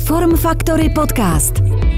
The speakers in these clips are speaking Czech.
Form Factory Podcast.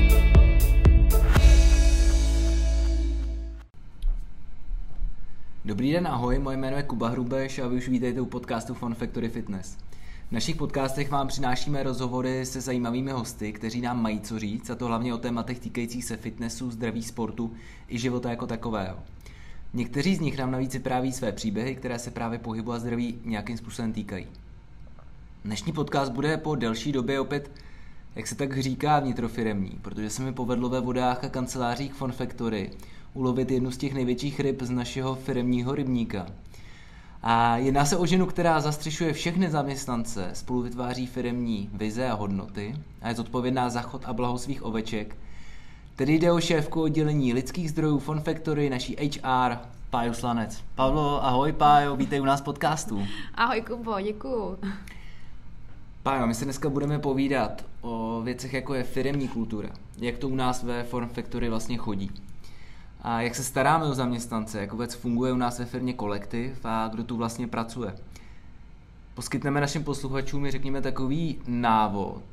Dobrý den, ahoj, moje jméno je Kuba Hrubeš a vy už vítejte u podcastu Form Factory Fitness. V našich podcastech vám přinášíme rozhovory se zajímavými hosty, kteří nám mají co říct, a to hlavně o tématech týkajících se fitnessu, zdraví, sportu i života jako takového. Někteří z nich nám navíc vypráví své příběhy, které se právě pohybu a zdraví nějakým způsobem týkají. Dnešní podcast bude po delší době opět, jak se tak říká, vnitrofiremní, protože se mi povedlo ve vodách a kancelářích Form Factory ulovit jednu z těch největších ryb z našeho firemního rybníka. A jedná se o ženu, která zastřešuje všechny zaměstnance, spolu vytváří firemní vize a hodnoty a je zodpovědná za chod a blaho svých oveček. Tedy jde o šéfku oddělení lidských zdrojů Form Factory, naší HR, Pájo Slanec. Pavlo, ahoj Pájo, vítej u nás v podcastu. Ahoj Kubo, děkuju. Pájo, my se dneska budeme povídat o věcech, jako je firemní kultura, jak to u nás ve Form Factory vlastně chodí. A jak se staráme o zaměstnance, jak vůbec funguje u nás ve firmě kolektiv a kdo tu vlastně pracuje. Poskytneme našim posluchačům, řekněme, takový návod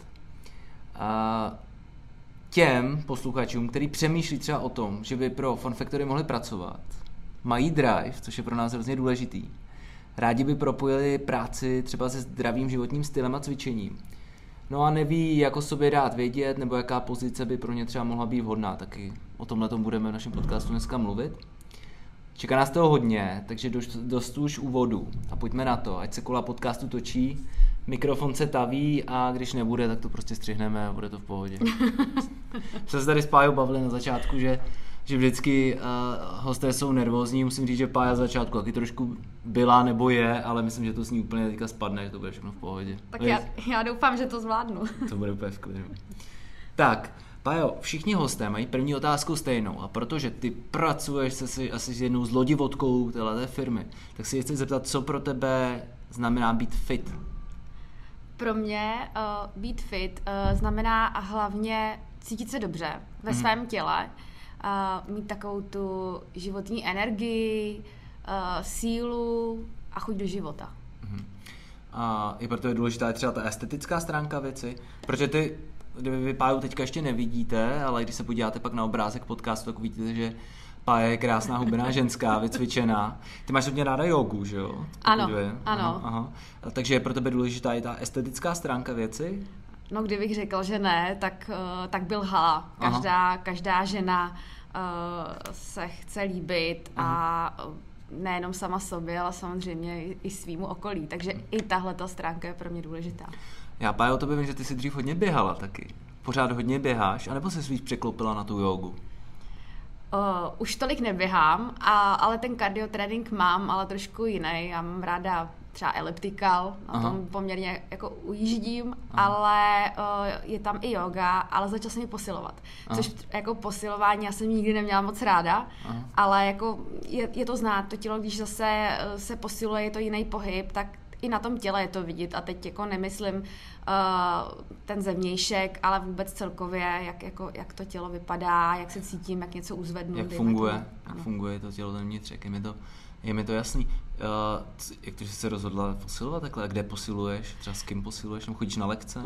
a těm posluchačům, kteří přemýšlí třeba o tom, že by pro Form Factory mohli pracovat, mají drive, což je pro nás hrozně důležitý. Rádi by propojili práci třeba se zdravým životním stylem a cvičením. No a neví, jak o sobě dát vědět, nebo jaká pozice by pro ně třeba mohla být vhodná, taky o tomhletom budeme v našem podcastu dneska mluvit. Čeká nás toho hodně, takže dost už úvodu a pojďme na to, ať se kola podcastu točí, mikrofon se taví a když nebude, tak to prostě střihneme a bude to v pohodě. Se tady s Pájou bavili na začátku, že vždycky hosté jsou nervózní, musím říct, že Pája z začátku taky trošku byla nebo je, ale myslím, že to s ní úplně teďka spadne, že to bude všechno v pohodě. Tak já doufám, že to zvládnu. To bude úplně v klidu. Tak, Pájo, všichni hosté mají první otázku stejnou a protože ty pracuješ asi s jednou zlodivodkou téhleté firmy, tak si chci zeptat, co pro tebe znamená být fit? Pro mě být fit znamená hlavně cítit se dobře ve svém těle, mít takovou tu životní energii, sílu a chuť do života. A je pro tebe důležitá třeba ta estetická stránka věci? Protože ty, vy Páju teďka ještě nevidíte, ale když se podíváte pak na obrázek podcastu, tak uvidíte, že Pája je krásná hubená ženská, vycvičená. Ty máš hodně ráda jogu, že jo? Ano. Aha. Takže je pro tebe důležitá i ta estetická stránka věci? No, kdybych řekl, že ne, tak by lhala. Každá žena se chce líbit a nejenom sama sobě, ale samozřejmě i svýmu okolí. Takže i tahle stránka je pro mě důležitá. Já, Pájo, o tobě vím, že ty jsi dřív hodně běhala taky. Pořád hodně běháš, anebo jsi víc překlopila na tu jogu? Už tolik neběhám, ale ten kardiotrénink mám, ale trošku jiný. Já mám ráda třeba elliptical, na tom poměrně jako ujíždím, ale je tam i yoga, ale začala jsem ji posilovat. Což jako posilování já jsem nikdy neměla moc ráda, ale jako je to znát, to tělo, když zase se posiluje, je to jiný pohyb, tak i na tom těle je to vidět a teď jako nemyslím ten zevnějšek, ale vůbec celkově, jak to tělo vypadá, jak se cítím, jak něco uzvednu. Jak funguje to tělo, ten vnitřek, je mi to jasný. Jak to, že jsi se rozhodla posilovat takhle? Kde posiluješ? Třeba s kým posiluješ? Nebo chodíš na lekce?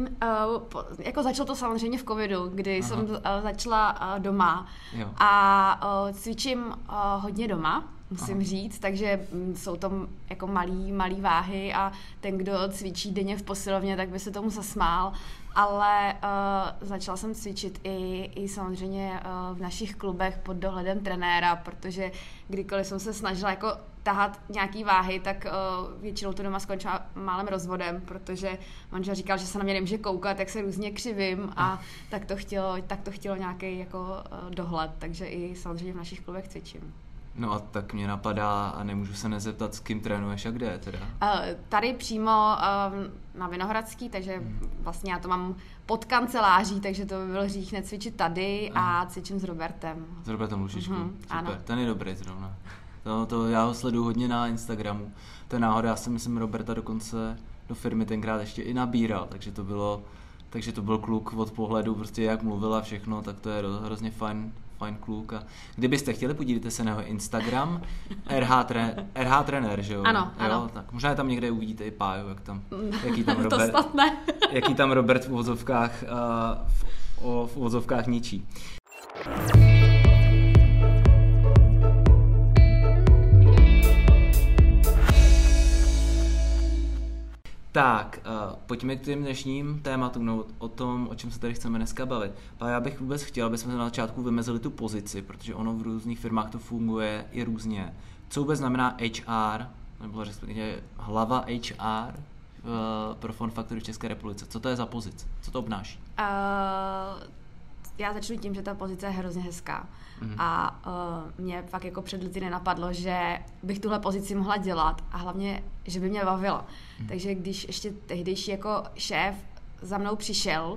Jako začalo to samozřejmě v covidu, kdy jsem začala doma. A cvičím hodně doma, musím říct, takže jsou to jako malý váhy a ten, kdo cvičí denně v posilovně, tak by se tomu zasmál. Ale začala jsem cvičit i samozřejmě v našich klubech pod dohledem trenéra, protože kdykoliv jsem se snažila jako tahat nějaký váhy, tak většinou to doma skončila málem rozvodem, protože manžel říkal, že se na mě nemůže koukat, jak se různě křivím a tak to chtělo nějaký jako dohled, takže i samozřejmě v našich klubech cvičím. No a tak mě napadá a nemůžu se nezeptat, s kým trénuješ a kde teda? Tady přímo na Vinohradský, takže vlastně já to mám pod kanceláří, takže to by byl hřích necvičit tady a cvičím s Robertem. S Robertem Lušičkou, super, ano. Ten je dobrý zrovna. To já ho sleduju hodně na Instagramu. To je náhoda, já si myslím, Roberta dokonce do firmy tenkrát ještě i nabíral, takže to byl kluk od pohledu, prostě jak mluvil a všechno, tak to je hrozně fajn kluk. A kdybyste chtěli, podívejte se na jeho Instagram, RH Trenér, že jo? Ano. Tak možná tam někde uvidíte i Páju, jaký tam Robert v uvozovkách ničí. Tak, pojďme k těm dnešním tématům, no, o tom, o čem se tady chceme dneska bavit. A já bych vůbec chtěl, aby jsme na začátku vymezili tu pozici, protože ono v různých firmách to funguje i různě. Co vůbec znamená HR, nebo řekněme hlava HR pro Fun Factory v České republice? Co to je za pozice? Co to obnáší? Já začnu tím, že ta pozice je hrozně hezká. A mě fakt jako před lety nenapadlo, že bych tuhle pozici mohla dělat a hlavně, že by mě bavila. Takže když ještě tehdejší jako šéf za mnou přišel,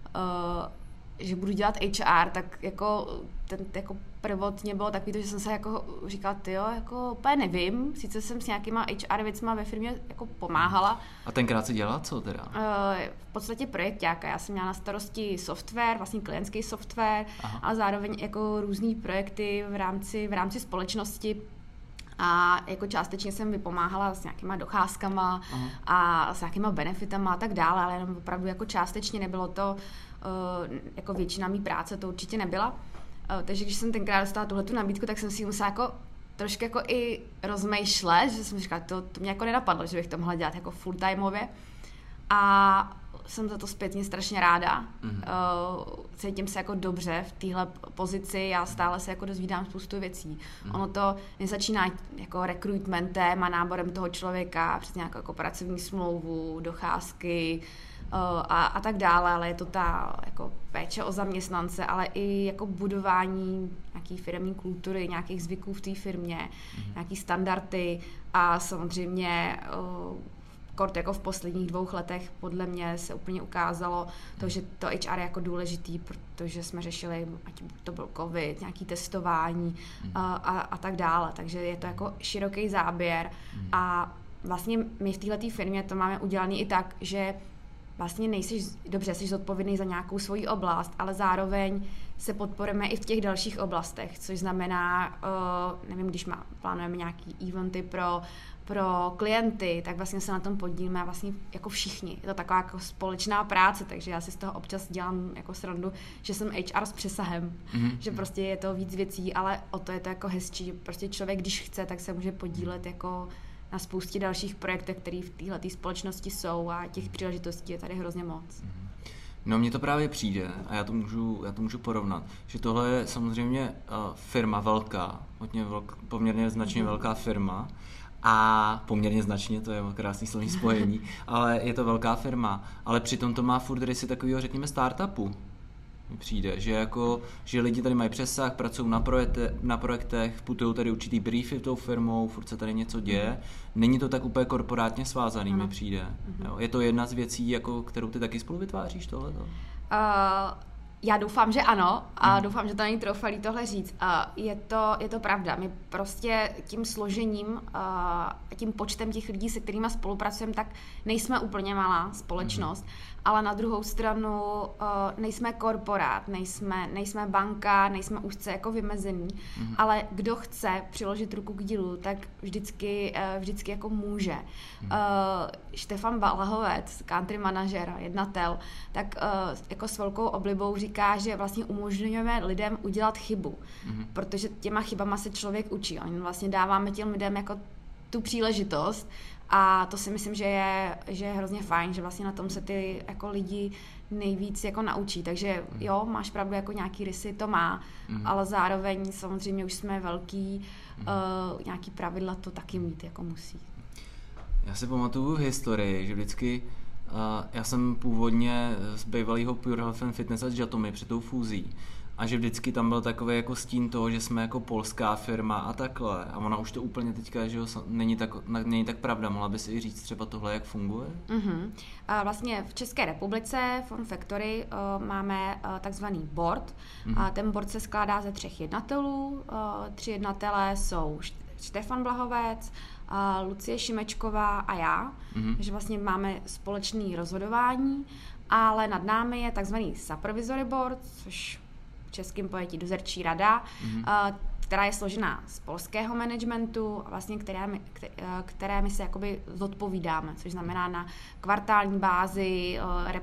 že budu dělat HR, tak jako ten jako prvotně bylo takový to, že jsem se jako říkala, jako úplně nevím, sice jsem s nějakýma HR věcma ve firmě jako pomáhala. A tenkrát si dělala co teda? V podstatě projekťáka. Já jsem měla na starosti software, vlastně klientský software. Aha. A zároveň jako různý projekty v rámci společnosti. A jako částečně jsem vypomáhala s nějakýma docházkama a s nějakýma benefitama a tak dále, ale jenom opravdu jako částečně nebylo to, jako většina mý práce to určitě nebyla. Takže když jsem tenkrát dostala tuhletu nabídku, tak jsem si musela jako trošku jako i rozmýšlet, že jsem říkala, to mě jako nenapadlo, že bych to mohla dělat jako full-timeově. A jsem za to zpětně strašně ráda. Cítím se jako dobře v téhle pozici, já stále se jako dozvídám spoustu věcí. Ono to nezačíná jako rekrutmentem a náborem toho člověka přes nějakou jako pracovní smlouvu, docházky a tak dále, ale je to ta jako péče o zaměstnance, ale i jako budování nějaký firemní kultury, nějakých zvyků v té firmě, nějaký standardy a samozřejmě jako v posledních 2 letech podle mě se úplně ukázalo to, že to HR je jako důležitý, protože jsme řešili, ať to byl covid, nějaký testování a tak dále. Takže je to jako široký záběr a vlastně my v této firmě to máme udělané i tak, že vlastně jsi zodpovědný za nějakou svoji oblast, ale zároveň se podporujeme i v těch dalších oblastech, což znamená, nevím, když plánujeme nějaký eventy pro klienty, tak vlastně se na tom podílíme vlastně jako všichni. Je to taková jako společná práce, takže já si z toho občas dělám jako srandu, že jsem HR s přesahem, že prostě je to víc věcí, ale o to je to jako hezčí. Prostě člověk, když chce, tak se může podílet jako na spoustě dalších projektech, které v téhleté společnosti jsou a těch příležitostí je tady hrozně moc. No mně to právě přijde a já to můžu porovnat, že tohle je samozřejmě firma velká, poměrně značně velká firma a poměrně značně, to je krásný slovní spojení, ale je to velká firma, ale přitom to má furt rysy takového, řekněme, startupu. Mi přijde, že lidi tady mají přesah, pracují na projektech, putují tady určitý briefy v tou firmou, furt se tady něco děje. Není to tak úplně korporátně svázaný, mi přijde. Jo, je to jedna z věcí, jako, kterou ty taky spolu vytváříš tohleto? Já doufám, že ano a doufám, že to není troufalý tohle říct. Je to pravda. My prostě tím složením a tím počtem těch lidí, se kterými spolupracujeme, tak nejsme úplně malá společnost, ale na druhou stranu nejsme korporát, nejsme banka, nejsme úzce jako vymezení, ale kdo chce přiložit ruku k dílu, tak vždycky jako může. Štefan Blahovec, country manažer, jednatel, tak jako s velkou oblibou říká, že vlastně umožňujeme lidem udělat chybu, protože těma chybama se člověk učí. Vlastně dáváme těm lidem jako tu příležitost a to si myslím, že je hrozně fajn, že vlastně na tom se ty jako lidi nejvíc jako naučí. Takže jo, máš pravdu, jako nějaký rysy to má, ale zároveň samozřejmě už jsme velký, nějaký pravidla to taky mít jako musí. Já si pamatuju historii, že vždycky já jsem původně z bývalého Pure Health and Fitness a Jatomy před tou fúzí a že vždycky tam byl takový jako stín toho, že jsme jako polská firma a takhle a ona už to úplně teďka, že není tak pravda. Mohla by si i říct třeba tohle, jak funguje? Vlastně v České republice Fun Factory máme takzvaný board a ten board se skládá ze 3 jednatelů. 3 jednatelé jsou Štefan Blahovec, Lucie Šimečková a já, takže vlastně máme společné rozhodování, ale nad námi je takzvaný supervisory board, což v českém pojetí dozorčí rada, která je složená z polského managementu, vlastně které my se jakoby zodpovídáme, což znamená na kvartální bázi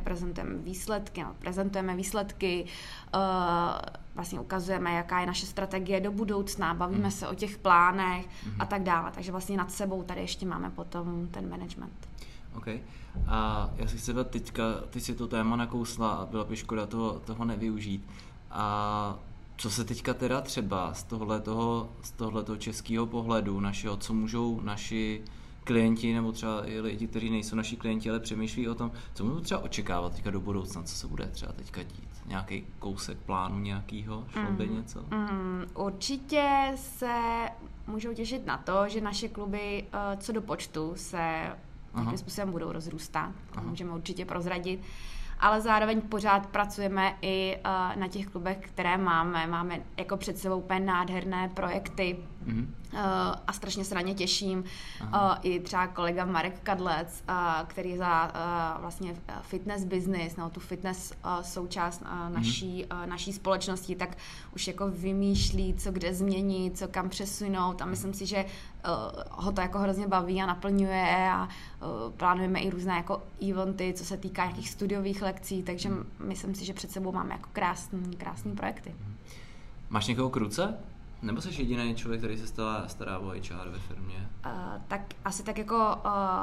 prezentujeme výsledky, vlastně ukazujeme, jaká je naše strategie do budoucna, bavíme se o těch plánech a tak dále. Takže vlastně nad sebou tady ještě máme potom ten management. OK. A já si chci zeptat teďka, ty si to téma nakousla a byla by škoda toho nevyužít. A co se teďka teda třeba z tohohletoho českého pohledu našeho, co můžou naši klienti nebo třeba i lidi, kteří nejsou naši klienti, ale přemýšlí o tom, co můžou třeba očekávat teďka do budoucna, co se bude třeba teďka dít? Nějaký kousek plánu nějakýho? Šlo by něco? Určitě se můžou těšit na to, že naše kluby co do počtu se nějakým způsobem budou rozrůstat. To můžeme určitě prozradit. Ale zároveň pořád pracujeme i na těch klubech, které máme. Máme jako před sebou úplně nádherné projekty a strašně se na ně těším. I třeba kolega Marek Kadlec, který za vlastně fitness business, tu fitness součást naší společnosti, tak už jako vymýšlí, co kde změnit, co kam přesunout a myslím si, že ho to jako hrozně baví a naplňuje a plánujeme i různé jako eventy, co se týká nějakých studiových lekcí, takže myslím si, že před sebou máme jako krásný projekty. Máš někoho k ruce? Nebo jsi jediný člověk, který se stará o HR ve firmě? Tak asi tak jako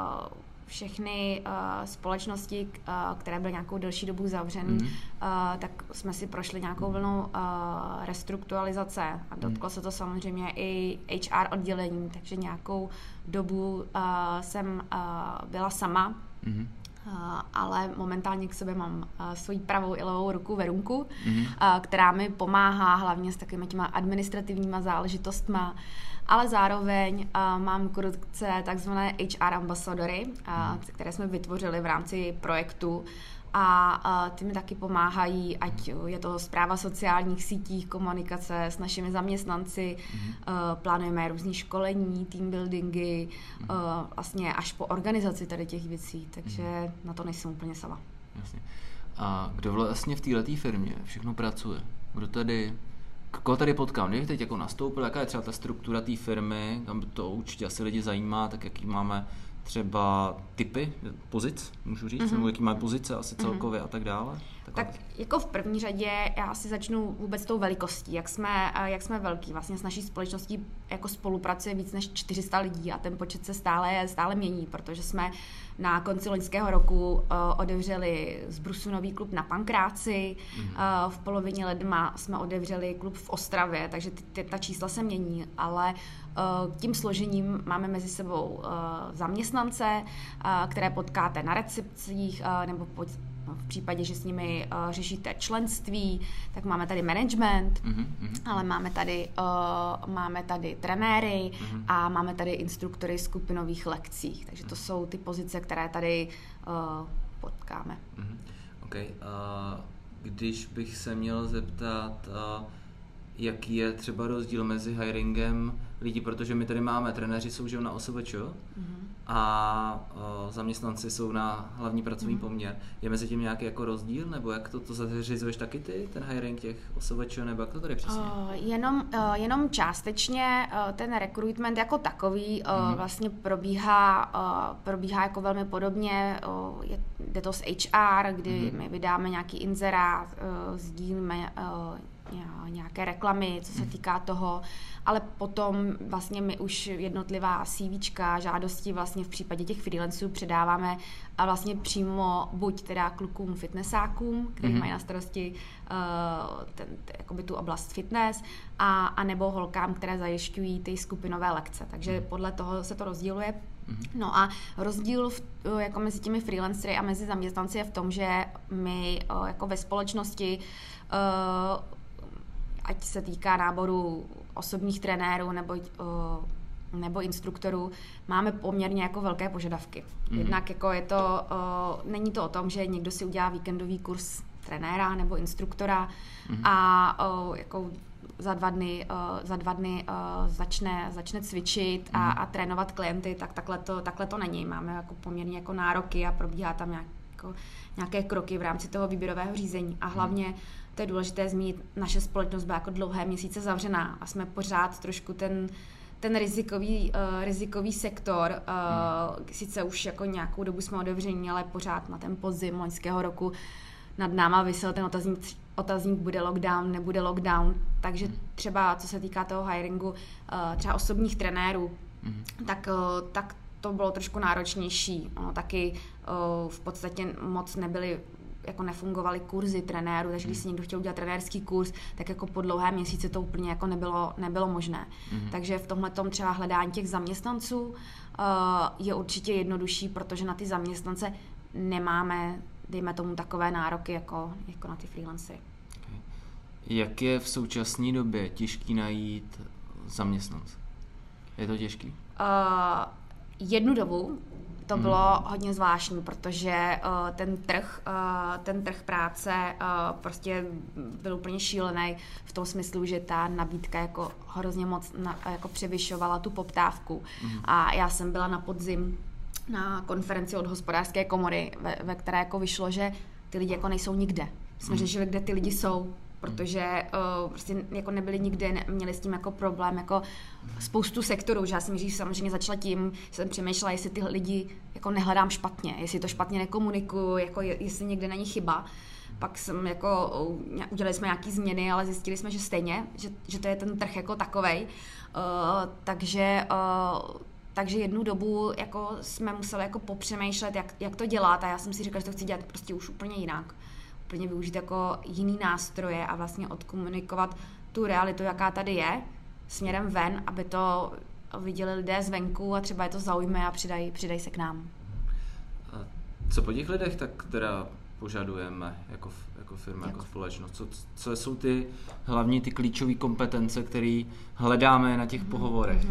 všechny společnosti, které byly nějakou delší dobu zavřené, tak jsme si prošli nějakou vlnou restrukturalizace a dotklo se to samozřejmě i HR oddělení, takže nějakou dobu jsem byla sama, ale momentálně k sobě mám svoji pravou i levou ruku Verunku, která mi pomáhá hlavně s takovými těma administrativníma záležitostma, ale zároveň mám k ruce takzvané HR ambasadory, které jsme vytvořili v rámci projektu a ty mi taky pomáhají, ať je to správa sociálních sítích, komunikace s našimi zaměstnanci, plánujeme různý školení, team buildingy, vlastně až po organizaci tady těch věcí, takže na to nejsem úplně sama. Jasně. A kdo vlastně v této firmě všechno pracuje? Koho tady potkám? Kdybych teď jako nastoupil, jaká je třeba ta struktura té firmy, tam to určitě asi lidi zajímá, tak jaký máme třeba typy pozic, můžu říct, nebo jaký máme pozice asi celkově a tak dále? Tak jako v první řadě já asi začnu vůbec tou velikostí, jak jsme velký. Vlastně s naší společností jako spolupracuje víc než 400 lidí a ten počet se stále mění, protože jsme na konci loňského roku otevřeli z Brusu nový klub na Pankráci, v polovině ledna jsme otevřeli klub v Ostravě, takže ta čísla se mění, ale tím složením máme mezi sebou zaměstnance, které potkáte na recepcích nebo v případě, že s nimi řešíte členství, tak máme tady management, ale máme tady trenéry a máme tady instruktory skupinových lekcích. Takže to jsou ty pozice, které tady potkáme. OK. Když bych se měl zeptat, jaký je třeba rozdíl mezi hiringem lidí, protože my tady máme, trenéři jsou že na OSVČ a zaměstnanci jsou na hlavní pracovní poměr. Je mezi tím nějaký jako rozdíl, nebo jak to zařizuješ taky ty, ten hiring těch OSVČ, nebo jak to tady přesně? Jenom částečně ten recruitment jako takový vlastně probíhá jako velmi podobně. Jde to z HR, kdy my vydáme nějaký inzerát, sdílíme nějaké reklamy, co se týká toho, ale potom vlastně my už jednotlivá CVčka, žádosti vlastně v případě těch freelanců předáváme a vlastně přímo buď teda klukům fitnessákům, kteří mají na starosti jakoby tu oblast fitness, a nebo holkám, které zajišťují ty skupinové lekce. Takže podle toho se to rozděluje. No a rozdíl jako mezi těmi freelancery a mezi zaměstnanci je v tom, že my jako ve společnosti ať se týká náboru osobních trenérů nebo instruktorů, máme poměrně jako velké požadavky. Jednak jako není to o tom, že někdo si udělá víkendový kurz trenéra nebo instruktora a jako za dva dny začne cvičit a trénovat klienty, tak takhle to není. Máme jako poměrně jako nároky a probíhá tam jako nějaké kroky v rámci toho výběrového řízení. A hlavně to je důležité zmínit, naše společnost byla jako dlouhé měsíce zavřená a jsme pořád trošku ten rizikový sektor, sice už jako nějakou dobu jsme otevření, ale pořád na ten podzim loňského roku nad náma visel ten otazník, bude lockdown, nebude lockdown, takže třeba co se týká toho hiringu, třeba osobních trenérů, tak to bylo trošku náročnější. Taky v podstatě moc nefungovaly kurzy trenérů, takže když si někdo chtěl udělat trenérský kurz, tak jako po dlouhé měsíce to úplně jako nebylo možné. Takže v tomhletom třeba hledání těch zaměstnanců je určitě jednodušší, protože na ty zaměstnance nemáme, dejme tomu, takové nároky jako na ty freelancery. Jak je v současné době těžký najít zaměstnance? Je to těžký? Jednu dobu to bylo hodně zvláštní, protože ten trh práce prostě byl úplně šílený v tom smyslu, že ta nabídka jako hrozně moc jako převyšovala tu poptávku. A já jsem byla na podzim na konferenci od hospodářské komory, ve které jako vyšlo, že ty lidi jako nejsou nikde. Jsme řešili, kde ty lidi jsou, protože prostě jako nebyli nikde, měli s tím jako problém, jako spoustu sektorů, že já jsem dřív samozřejmě začala tím, jsem přemýšlela, jestli ty lidi jako nehledám špatně, jestli to špatně nekomunikuju, jako jestli někde není chyba. Pak jsem jako, udělali jsme nějaký změny, ale zjistili jsme, že stejně, že to je ten trh jako takovej, takže jednu dobu jako jsme museli jako popřemýšlet, jak to dělat, a já jsem si říkala, že to chci dělat prostě už úplně jinak. Úplně využít jako jiný nástroje a vlastně odkomunikovat tu realitu, jaká tady je, směrem ven, aby to viděli lidé zvenku a třeba je to zaujme a přidají se k nám. A co po těch lidech tak teda požadujeme jako firma, jako společnost? Co jsou ty hlavní, ty klíčové kompetence, které hledáme na těch pohovorech?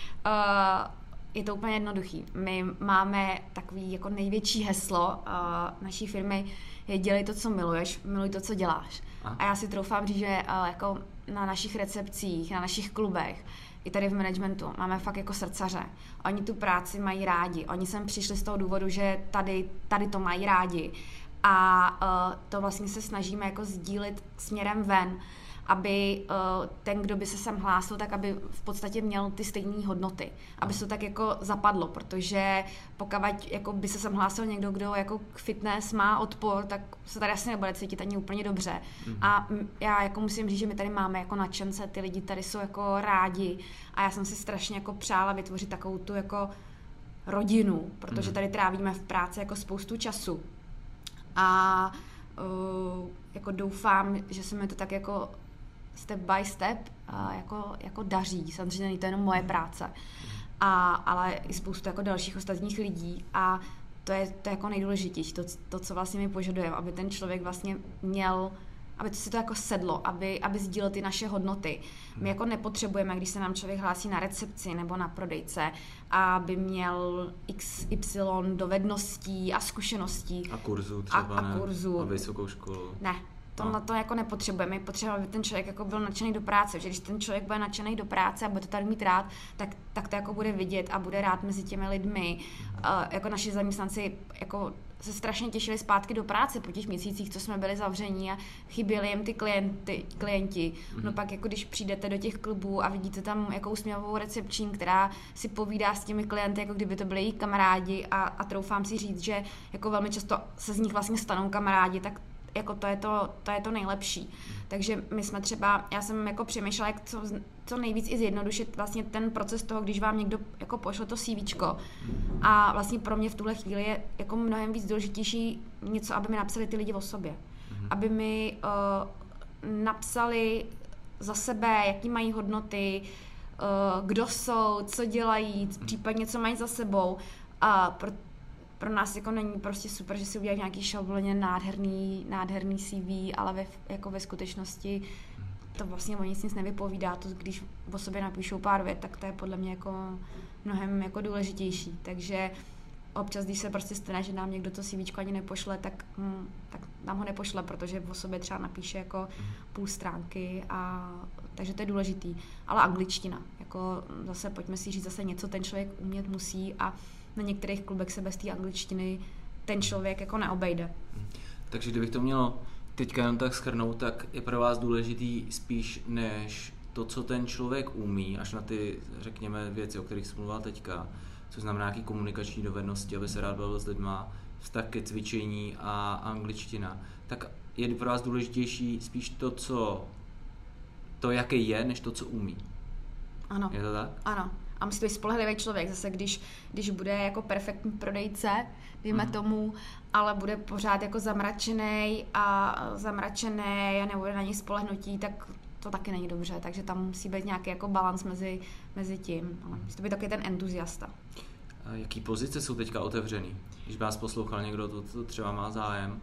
Je to úplně jednoduchý. My máme takový jako největší heslo naší firmy je dělej to, co miluješ, miluj to, co děláš. A já si troufám říct, že jako na našich recepcích, na našich klubech, i tady v managementu máme fakt jako srdcaře. Oni tu práci mají rádi. Oni sem přišli z toho důvodu, že tady to mají rádi. A to vlastně se snažíme jako sdílit směrem ven, aby ten, kdo by se sem hlásil, tak aby v podstatě měl ty stejné hodnoty. Aby se to tak jako zapadlo, protože pokud jako by se sem hlásil někdo, kdo jako k fitness má odpor, tak se tady asi nebude cítit ani úplně dobře. A já jako musím říct, že my tady máme jako nadšence, ty lidi tady jsou jako rádi a já jsem si strašně jako přála vytvořit takovou tu jako rodinu, protože tady trávíme v práci jako spoustu času. A jako doufám, že se mi to tak jako step by step jako daří. Samozřejmě není to jenom moje práce, ale i spoustu jako dalších ostatních lidí a to je jako nejdůležitější, to, co vlastně my požadujeme, aby ten člověk vlastně měl, aby to si to jako sedlo, aby sdílel ty naše hodnoty. My jako nepotřebujeme, když se nám člověk hlásí na recepci nebo na prodejce, aby měl XY dovedností a zkušeností. A kurzu třeba, a kurzu. A vysokou školu. Ne. To to jako nepotřebujeme. My potřebujeme, aby ten člověk jako byl nadšený do práce. Že když ten člověk bude nadšený do práce a bude to tady mít rád, tak to jako bude vidět a bude rád mezi těmi lidmi. Jako naši zaměstnanci jako se strašně těšili zpátky do práce po těch měsících, co jsme byli zavření a chyběli jim ty klienti. No pak jako když přijdete do těch klubů a vidíte tam jako usměvavou recepční, která si povídá s těmi klienty, jako kdyby to byli její kamarádi a troufám si říct, že jako velmi často se z nich vlastně stanou kamarádi, tak jako to je to nejlepší. Takže my jsme třeba, já jsem jako přemýšlela, jak co nejvíc i zjednodušit vlastně ten proces toho, když vám někdo jako pošle to CVčko. A vlastně pro mě v tuhle chvíli je jako mnohem víc důležitější něco, aby mi napsali ty lidi o sobě. Aby mi napsali za sebe, jaký mají hodnoty, kdo jsou, co dělají, případně co mají za sebou. A pro nás jako není prostě super, že si udělají nějaký šablonně nádherný CV, ale ve skutečnosti to vlastně o nic nevypovídá. To, když o sobě napíšou pár vět, tak to je podle mě jako mnohem jako důležitější. Takže občas, když se prostě stane, že nám někdo to CVčko ani nepošle, tak nám ho nepošle, protože o sobě třeba napíše jako půl stránky takže to je důležitý. Ale angličtina, jako zase pojďme si říct zase něco, ten člověk umět musí a na některých klubech se bez té angličtiny ten člověk jako neobejde. Takže kdybych to měl teďka jenom tak shrnout, tak je pro vás důležitý spíš než to, co ten člověk umí, až na ty, řekněme, věci, o kterých jsem mluvil teďka, což znamená nějaké komunikační dovednosti, aby se rád bavil s lidma, vztah ke cvičení a angličtina, tak je pro vás důležitější spíš to, jaký je, než to, co umí. Ano. Je to tak? Ano. A musí to být spolehlivý člověk. Zase, když bude jako perfektní prodejce, dejme tomu, ale bude pořád jako zamračený a nebude na něj spolehnutí, tak to taky není dobře. Takže tam musí být nějaký jako balans mezi tím. Ale musí to být taky ten entuziasta. A jaký pozice jsou teďka otevřený? Když by vás poslouchal někdo, to třeba má zájem,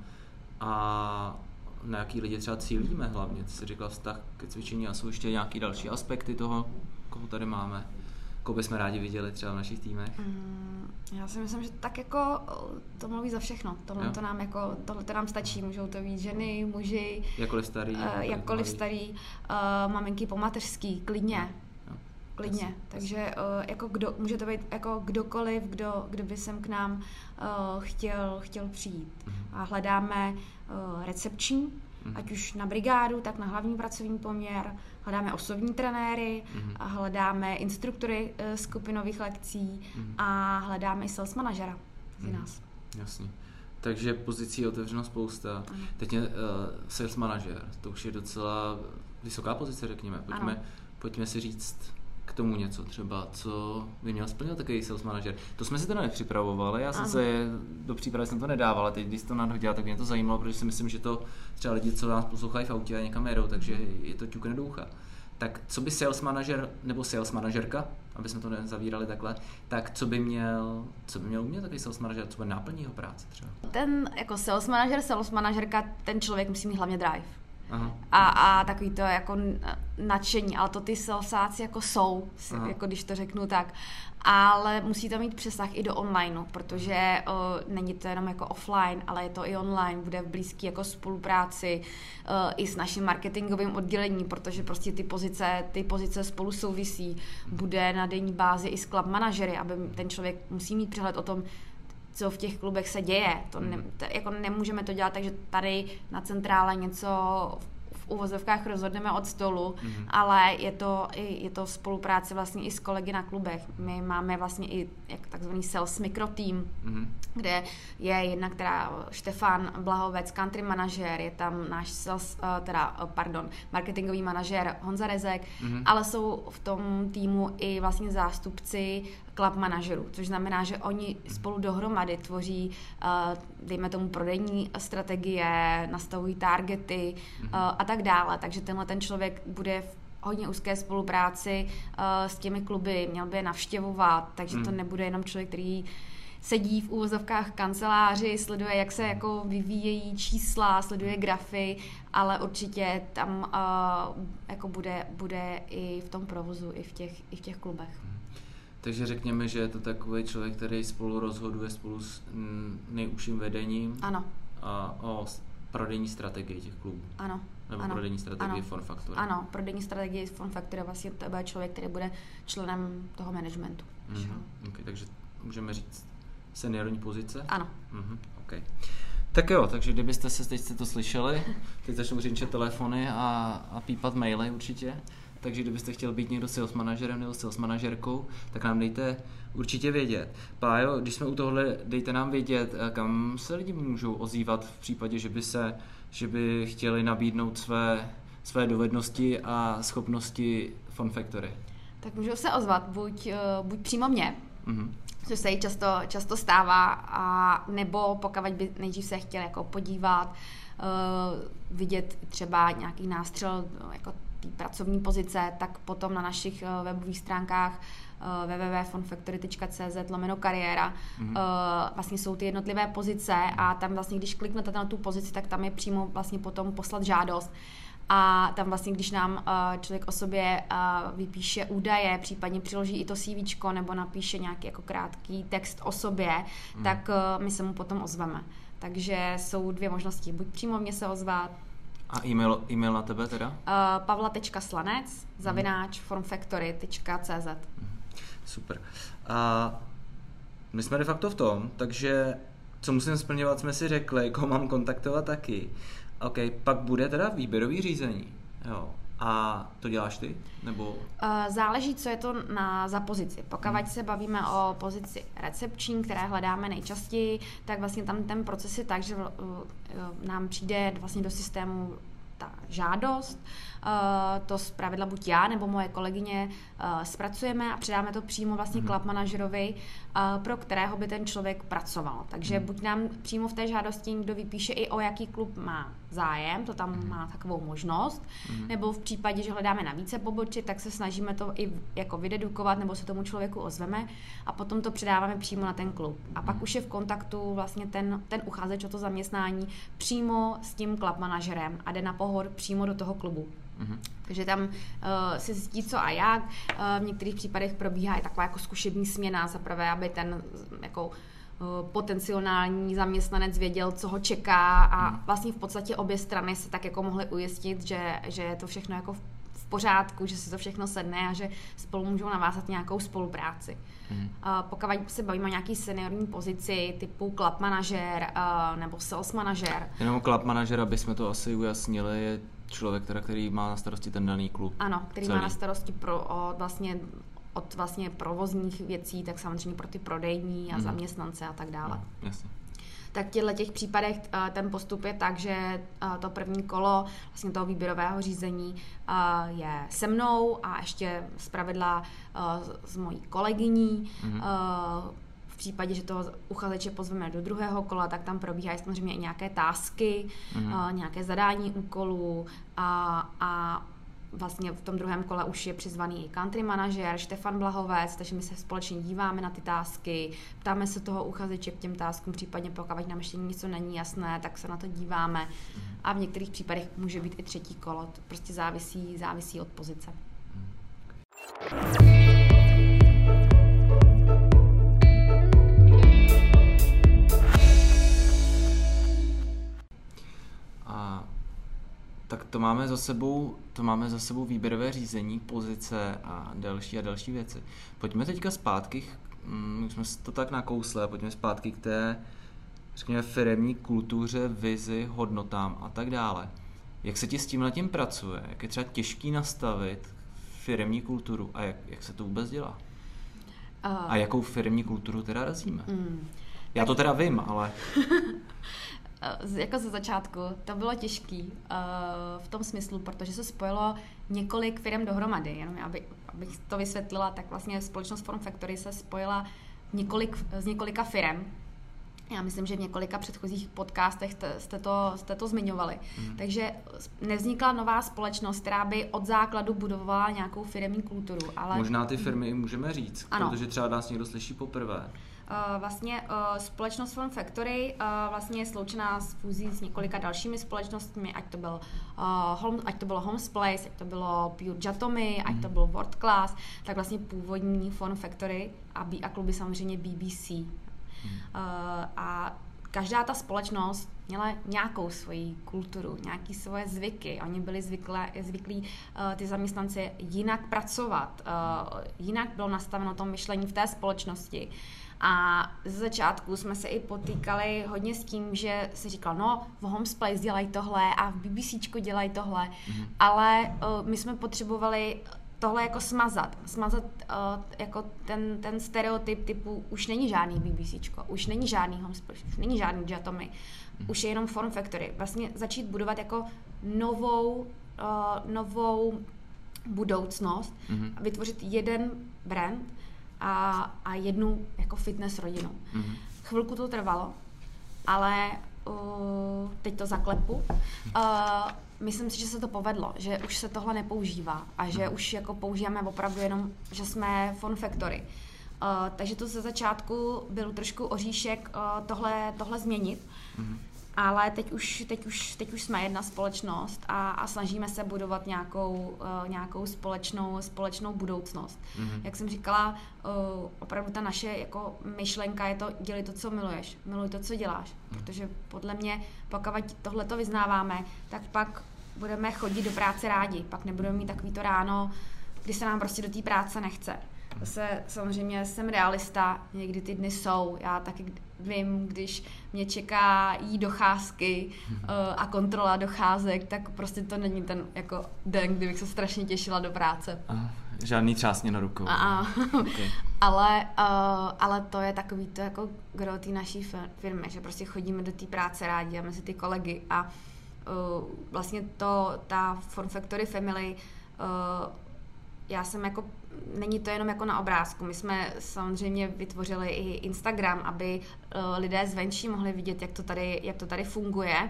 a na jaký lidi třeba cílíme hlavně? Ty jsi říkal vztah ke cvičení a jsou ještě nějaký další aspekty toho, koho tady máme? Koho bychom rádi viděli třeba v našich týmech? Já si myslím, že tak jako to mluví za všechno. Tohle to nám stačí. Můžou to být ženy, muži, jakkoliv starý, maminky po mateřský, klidně. Klidně. Takže jako může to být jako kdokoliv, kdo by sem k nám chtěl přijít. A hledáme recepční, ať už na brigádu, tak na hlavní pracovní poměr, hledáme osobní trenéry, a hledáme instruktory skupinových lekcí a hledáme i sales manažera z nás. Jasně. Takže pozicí je otevřeno spousta. Teď je sales manažer, to už je docela vysoká pozice, řekněme. Pojďme si říct k tomu něco třeba, co by měl splnit takový sales manažer. To jsme si teda nepřipravovali, já jsem do přípravy jsem to nedával, teď když to nadhodila, tak mě to zajímalo, protože si myslím, že to třeba lidi, co nás poslouchají v autě a někam jedou, takže je to ťukne do ucha. Tak co by sales manažer nebo sales manažerka, aby jsme to nezavírali takhle, tak co by měl umět takový sales manažer, co bude náplní jeho práce třeba? Ten jako sales manažerka, ten člověk musí mít hlavně drive. A takový to jako nadšení, ale to ty salesáci jako jsou, jako když to řeknu tak, ale musí to mít přesah i do onlineu, protože není to jenom jako offline, ale je to i online, bude v blízké jako spolupráci i s naším marketingovým oddělením, protože prostě ty pozice spolu souvisí, bude na denní bázi i s club manažery, aby ten člověk musí mít přehled o tom, co v těch klubech se děje. Jako nemůžeme to dělat, takže tady na centrále něco v uvozovkách rozhodneme od stolu, ale je to spolupráce vlastně i s kolegy na klubech. My máme vlastně i takzvaný sales micro team, kde je jedna, Štefan Blahovec, country manažer, je tam náš marketingový manažer Honza Rezek, ale jsou v tom týmu i vlastně zástupci club manažerů, což znamená, že oni spolu dohromady tvoří, dejme tomu, prodejní strategie, nastavují targety a tak dále. Takže ten člověk bude v hodně úzké spolupráci s těmi kluby, měl by je navštěvovat, takže to nebude jenom člověk, který sedí v úvozovkách kanceláři, sleduje, jak se jako vyvíjejí čísla, sleduje grafy, ale určitě tam jako bude i v tom provozu, i v těch klubech. Takže řekněme, že je to takový člověk, který spolu rozhoduje spolu s nejužším vedením. Ano. A o prodejní strategii těch klubů. Ano. Nebo prodejní strategii Form Factory. Ano, prodejní strategii Form Factory, vlastně to bude člověk, který bude členem toho managementu. Okay, takže můžeme říct seniorní pozice? Ano. Okay. Tak jo, takže kdybyste teď jste to slyšeli, teď začnou řinčet telefony a pípat maily určitě. Takže kdybyste chtěl být někdo sales manažerem nebo sales manažerkou, tak nám dejte určitě vědět. Pájo, když jsme u tohle, dejte nám vědět, kam se lidi můžou ozývat v případě, že by chtěli nabídnout své dovednosti a schopnosti Form Factory. Tak můžou se ozvat buď přímo mě, což se jí často stává, a nebo pokud by nejdřív se chtěl jako podívat, vidět třeba nějaký nástřel jako pracovní pozice, tak potom na našich webových stránkách www.formfactory.cz/kariéra vlastně jsou ty jednotlivé pozice, a tam vlastně, když kliknete na tu pozici, tak tam je přímo vlastně potom poslat žádost. A tam vlastně, když nám člověk o sobě vypíše údaje, případně přiloží i to CVčko nebo napíše nějaký jako krátký text o sobě, tak my se mu potom ozveme. Takže jsou dvě možnosti. Buď přímo mě se ozvat. A e-mail na tebe teda? pavla.slanec@formfactory.cz. Super. A my jsme de facto v tom, takže co musím splňovat, jsme si řekli, koho mám kontaktovat taky. OK, pak bude teda výběrový řízení. Jo. A to děláš ty? Nebo... Záleží, co je to za pozici. Pokud se bavíme o pozici recepční, které hledáme nejčastěji, tak vlastně tam ten proces je tak, že nám přijde vlastně do systému ta žádost, to zpravidla buď já nebo moje kolegyně zpracujeme a předáme to přímo vlastně club manažerovi, pro kterého by ten člověk pracoval. Takže buď nám přímo v té žádosti někdo vypíše i o jaký klub má zájem, to tam má takovou možnost, nebo v případě, že hledáme na více poboček, tak se snažíme to i jako vydedukovat, nebo se tomu člověku ozveme a potom to předáváme přímo na ten klub. A pak už je v kontaktu vlastně ten uchazeč o to zaměstnání přímo s tím club manažerem a jde na pohovor přímo do toho klubu. Takže tam se zjistí co a jak. V některých případech probíhá i taková jako zkušební směna zaprvé, aby ten jako potenciální zaměstnanec věděl, co ho čeká a vlastně v podstatě obě strany se tak jako mohly ujistit, že je to všechno jako v pořádku, že si to všechno sedne a že spolu můžou navázat nějakou spolupráci. Pokud se bavíme o nějaký seniorní pozici typu club manažer nebo sales manažer. Jenom club manažer, aby jsme to asi ujasnili, je člověk, který má na starosti ten daný klub. Ano, který má na starosti od vlastně provozních věcí, tak samozřejmě pro ty prodejní a zaměstnance a tak dále. Jasně. Tak v těchto případech ten postup je tak, že to první kolo vlastně toho výběrového řízení je se mnou a ještě zpravidla s mojí kolegyní. V případě, že toho uchazeče pozveme do druhého kola, tak tam probíhají samozřejmě i nějaké tásky, nějaké zadání úkolů a vlastně v tom druhém kole už je přizvaný i country manažer Štefan Blahovec, takže my se společně díváme na ty tásky, ptáme se toho uchazeče k těm táskům, případně pokud nám ještě něco není jasné, tak se na to díváme a v některých případech může být i třetí kolo, to prostě závisí od pozice. Tak to máme za sebou výběrové řízení, pozice a další věci. Pojďme teďka zpátky, už jsme to tak nakousli, a pojďme zpátky k té, řekněme, firemní kultuře, vizi, hodnotám a tak dále. Jak se ti s tímhletím pracuje? Jak je třeba těžký nastavit firemní kulturu a jak se to vůbec dělá? A jakou firemní kulturu teda razíme? Já to teda vím, ale... Jako ze začátku to bylo těžký v tom smyslu, protože se spojilo několik firm dohromady. Jenom abych to vysvětlila, tak vlastně společnost Form Factory se spojila z několika firm. Já myslím, že v několika předchozích podcastech jste to zmiňovali. Takže nevznikla nová společnost, která by od základu budovala nějakou firemní kulturu. Ale... Možná ty firmy i můžeme říct, protože třeba nás někdo slyší poprvé. Vlastně společnost Form Factory vlastně je sloučená s fúzí s několika dalšími společnostmi, ať to bylo Homes Place, ať to bylo Pure Jatomy, ať to bylo World Class, tak vlastně původní Form Factory a kluby samozřejmě BBC. A každá ta společnost měla nějakou svoji kulturu, nějaké svoje zvyky. Oni byli zvyklí ty zaměstnanci jinak pracovat, jinak bylo nastaveno to myšlení v té společnosti. A ze začátku jsme se i potýkali hodně s tím, že se říkalo, no v Homes Place dělají tohle a v BBCčku dělají tohle, ale my jsme potřebovali tohle jako smazat jako ten stereotyp typu už není žádný BBCčko, už není žádný Homes Place, už není žádný Jatomy, už je jenom Form Factory. Vlastně začít budovat jako novou budoucnost, vytvořit jeden brand a jednu jako fitness rodinu. Chvilku to trvalo, ale teď to zaklepu. Myslím si, že se to povedlo, že už se tohle nepoužívá a že už jako používáme opravdu jenom, že jsme Form Factory. Takže to ze začátku byl trošku oříšek tohle změnit, ale teď už jsme jedna společnost a snažíme se budovat nějakou společnou budoucnost. Jak jsem říkala, opravdu ta naše jako myšlenka je to, dělej to, co miluješ, miluj to, co děláš, protože podle mě, pokud tohleto vyznáváme, tak pak budeme chodit do práce rádi, pak nebudeme mít takový to ráno, kdy se nám prostě do té práce nechce. Zase samozřejmě jsem realista, někdy ty dny jsou, já taky vím, když mě čeká jí docházky a kontrola docházek, tak prostě to není ten jako den, kdy bych se strašně těšila do práce. Žádný třásně na rukou. Okay. Ale to je takový to jako gro té naší firmy, že prostě chodíme do té práce rádi a mezi ty kolegy a vlastně ta Form Factory Family, já jsem jako, není to jenom jako na obrázku, my jsme samozřejmě vytvořili i Instagram, aby lidé zvenčí mohli vidět, jak to tady funguje,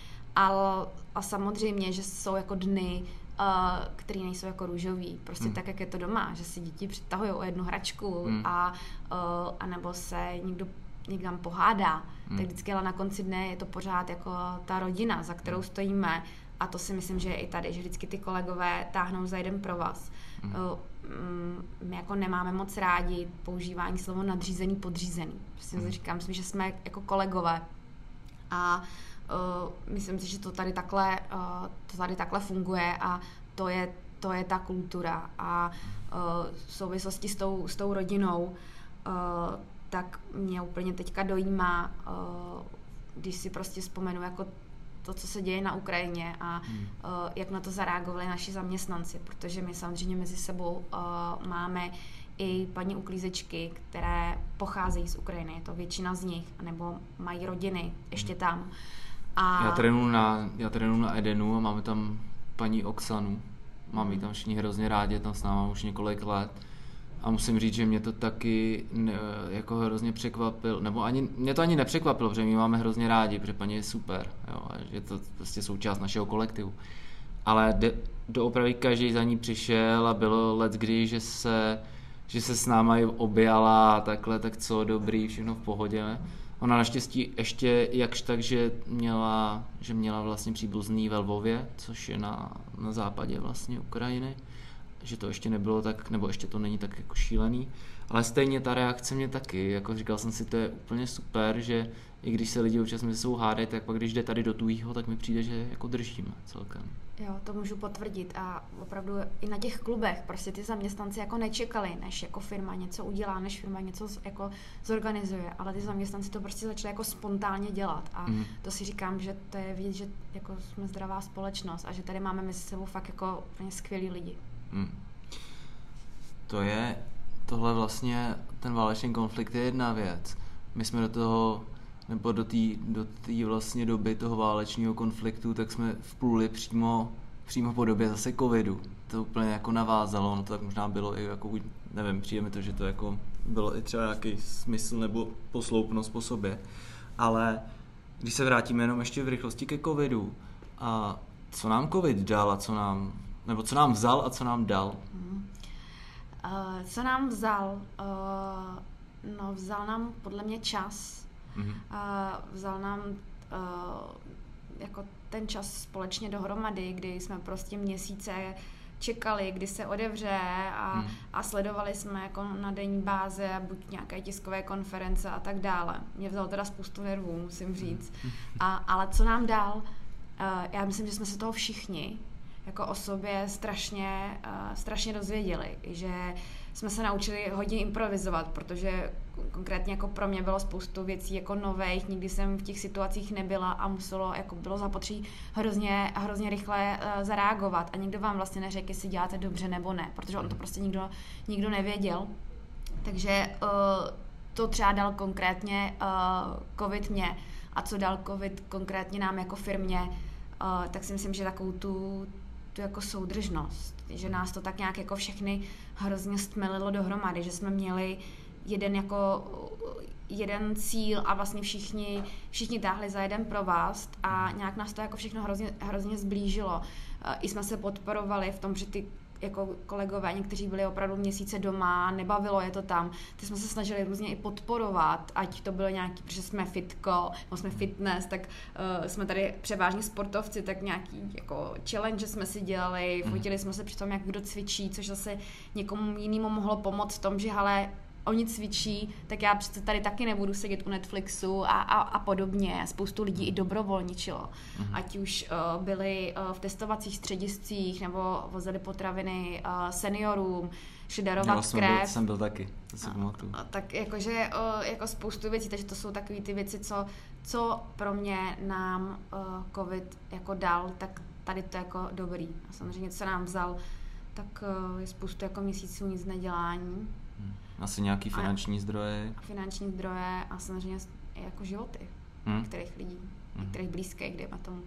a samozřejmě, že jsou jako dny, který nejsou jako růžový, prostě tak, jak je to doma, že si děti přitahují o jednu hračku a nebo se někam pohádá, tak vždycky ale na konci dne je to pořád jako ta rodina, za kterou stojíme, a to si myslím, že je i tady, že vždycky ty kolegové táhnou za jeden provaz. My jako nemáme moc rádi používání slovo nadřízený, podřízený. Prostě říkám, myslím, že jsme jako kolegové a myslím si, že to tady takhle funguje a to je ta kultura a v souvislosti s tou rodinou tak mě úplně teďka dojímá, když si prostě vzpomenu jako to, co se děje na Ukrajině a jak na to zareagovali naši zaměstnanci, protože my samozřejmě mezi sebou máme i paní uklízečky, které pocházejí z Ukrajiny, je to většina z nich, nebo mají rodiny ještě tam. A já trénuju na Edenu a máme tam paní Oksanu, mám ji tam všichni hrozně rádi, tam s náma už několik let. A musím říct, že mě to taky jako hrozně překvapilo, nebo mě to ani nepřekvapilo, protože my máme hrozně rádi, protože paní je super, jo, a je to prostě součást našeho kolektivu. Ale doopravdy každý za ní přišel a bylo leckdy, že se s náma objala a takhle, tak co, dobrý, všechno v pohodě. Ona naštěstí ještě jakž tak, že měla vlastně příbuzný ve Lvově, což je na západě vlastně Ukrajiny, že to ještě nebylo tak, nebo ještě to není tak jako šílený, ale stejně ta reakce mě taky, jako říkal jsem si, to je úplně super, že i když se lidi občas mezi sebou hádají, tak pak když jde tady do tuhýho, tak mi přijde, že jako držíme celkem. Jo, to můžu potvrdit a opravdu i na těch klubech prostě ty zaměstnanci jako nečekali, než jako firma něco udělá, než firma něco jako zorganizuje, ale ty zaměstnanci to prostě začali jako spontánně dělat a to si říkám, že to je vidět, že jako jsme zdravá společnost a že tady máme mezi sebou fakt jako úplně skvělí lidi. Tohle vlastně, ten válečný konflikt je jedna věc. My jsme do toho, nebo do té vlastně doby toho válečného konfliktu, tak jsme vpluli přímo po době zase covidu. To úplně jako navázalo, no to tak možná bylo i jako, nevím, přijde mi to, že to jako bylo i třeba nějaký smysl nebo posloupnost po sobě. Ale když se vrátíme jenom ještě v rychlosti ke covidu, a co nám covid dal a co nám vzal a co nám dal? Co nám vzal? Vzal nám podle mě čas. Vzal nám jako ten čas společně dohromady, kdy jsme prostě měsíce čekali, kdy se otevře a sledovali jsme jako na denní báze buď nějaké tiskové konference a tak dále. Mě vzal teda spoustu nervů, musím říct. Ale co nám dal? Já myslím, že jsme se toho všichni jako o sobě strašně dozvěděli, že jsme se naučili hodně improvizovat, protože konkrétně jako pro mě bylo spoustu věcí jako nových, nikdy jsem v těch situacích nebyla a bylo zapotřebí hrozně rychle zareagovat a nikdo vám vlastně neřekl, jestli děláte dobře nebo ne, protože on to prostě nikdo nevěděl. Takže to třeba dal konkrétně covid mě a co dal covid konkrétně nám jako firmě, tak si myslím, že takovou tu jako soudržnost, že nás to tak nějak jako všechny hrozně stmelilo dohromady, že jsme měli jeden cíl a vlastně všichni táhli za jeden provaz a nějak nás to jako všechno hrozně zblížilo. I jsme se podporovali v tom, že ty jako kolegové, někteří byli opravdu měsíce doma, nebavilo je to tam, ty jsme se snažili různě i podporovat, ať to bylo nějaký, protože jsme fitko, jsme fitness, tak jsme tady převážně sportovci, tak nějaký jako challenge jsme si dělali, fotili jsme se při tom, jak kdo cvičí, což zase někomu jinému mohlo pomoct v tom, že hele, oni cvičí, tak já přece tady taky nebudu sedět u Netflixu a podobně. Spoustu lidí i dobrovolničilo. Ať už byli v testovacích střediscích nebo vozili potraviny seniorům, šli darovat krev. Jsem byl taky, to si pamatuju. Tak jakože jako spoustu věcí, takže to jsou takové ty věci, co pro mě nám covid jako dal, tak tady to jako dobrý. A samozřejmě, co nám vzal, tak je spoustu jako měsíců nic nedělání. Asi nějaký finanční zdroje. Finanční zdroje a samozřejmě jako životy některých lidí, některých blízkých, dejme tomu.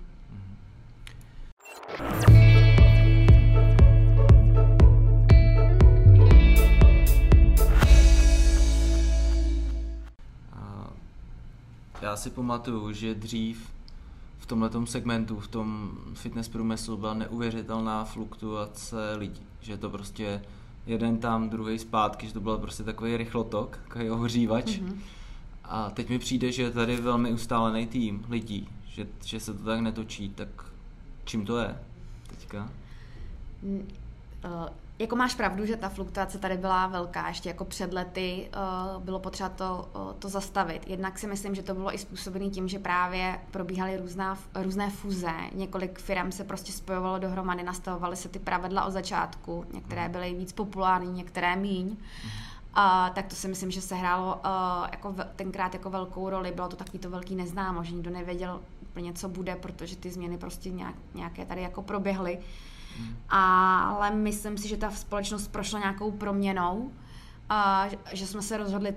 Já si pamatuju, že dřív v tomhletom segmentu, v tom fitness průmyslu byla neuvěřitelná fluktuace lidí. Že to prostě jeden tam, druhý zpátky, že to byl prostě takový rychlotok, takový ohřívač. A teď mi přijde, že je tady velmi ustálený tým lidí, že se to tak netočí, tak čím to je teďka? Jako máš pravdu, že ta fluktuace tady byla velká, ještě jako před lety bylo potřeba to zastavit. Jednak si myslím, že to bylo i způsobené tím, že právě probíhaly různé fuze, několik firm se prostě spojovalo dohromady, nastavovaly se ty pravidla od začátku, některé byly víc populární, některé míň. Tak to si myslím, že se hrálo tenkrát jako velkou roli, bylo to takový to velký neznámo, že nikdo nevěděl úplně, co bude, protože ty změny prostě nějaké tady jako proběhly. Ale myslím si, že ta společnost prošla nějakou proměnou, že jsme se rozhodli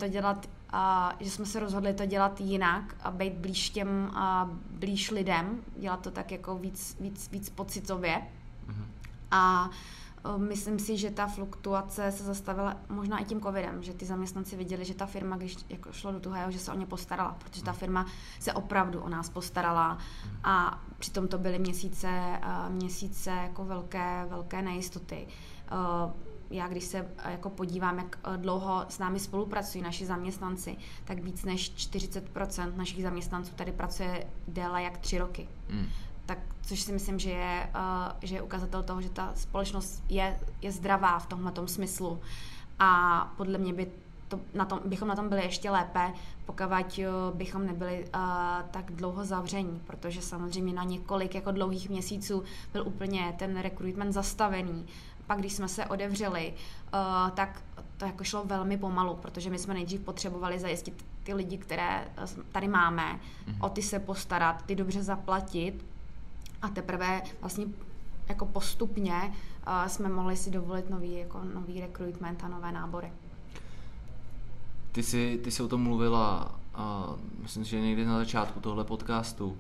to dělat jinak a být blíž lidem, dělat to tak jako víc pocitově. A myslím si, že ta fluktuace se zastavila možná i tím covidem, že ty zaměstnanci viděli, že ta firma, když jako šlo do tuhého, že se o ně postarala, protože ta firma se opravdu o nás postarala a přitom to byly měsíce jako velké nejistoty. Já když se jako podívám, jak dlouho s námi spolupracují naši zaměstnanci, tak víc než 40% našich zaměstnanců tady pracuje déle jak 3 roky. Tak, což si myslím, že je ukazatel toho, že ta společnost je zdravá v tomhletom smyslu a podle mě bychom na tom byli ještě lépe, pokud bychom nebyli tak dlouho zavření, protože samozřejmě na několik jako dlouhých měsíců byl úplně ten recruitment zastavený. Pak když jsme se otevřeli, tak to jako šlo velmi pomalu, protože my jsme nejdřív potřebovali zajistit ty lidi, které tady máme, o ty se postarat, ty dobře zaplatit a teprve vlastně jako postupně jsme mohli si dovolit nový recruitment a nové nábory. Ty jsi o tom mluvila, myslím, že někdy na začátku tohle podcastu.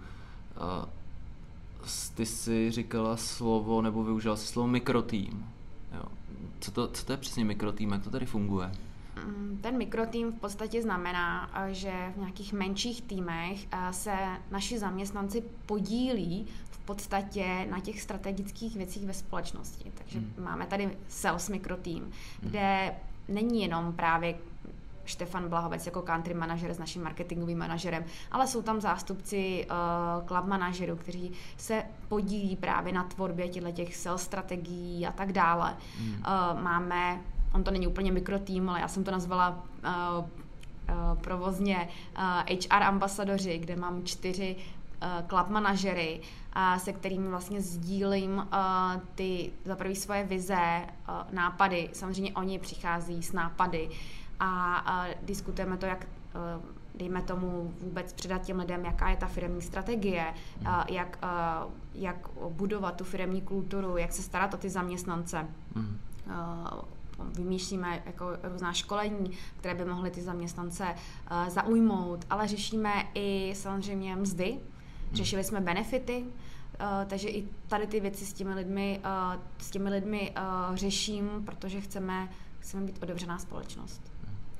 Ty jsi říkala slovo, nebo využila jsi slovo mikrotým. Jo. Co to je přesně mikrotým, jak to tady funguje? Ten mikrotým v podstatě znamená, že v nějakých menších týmech se naši zaměstnanci podílí v podstatě na těch strategických věcích ve společnosti. Takže máme tady sales mikrotým, kde není jenom právě Štefan Blahovec jako country manažer s naším marketingovým manažerem, ale jsou tam zástupci club manažerů, kteří se podílí právě na tvorbě těch sales strategií a tak dále. Máme, on to není úplně mikrotým, ale já jsem to nazvala provozně HR ambasadoři, kde mám 4 club manažery, se kterými vlastně sdílím ty za první svoje vize, nápady. Samozřejmě oni přichází s nápady a diskutujeme to, jak dejme tomu vůbec předat těm lidem, jaká je ta firemní strategie, jak budovat tu firemní kulturu, jak se starat o ty zaměstnance. Vymýšlíme jako různá školení, které by mohly ty zaměstnance zaujmout, ale řešíme i samozřejmě mzdy, řešili jsme benefity, takže i tady ty věci s těmi lidmi řeším, protože chceme být otevřená společnost.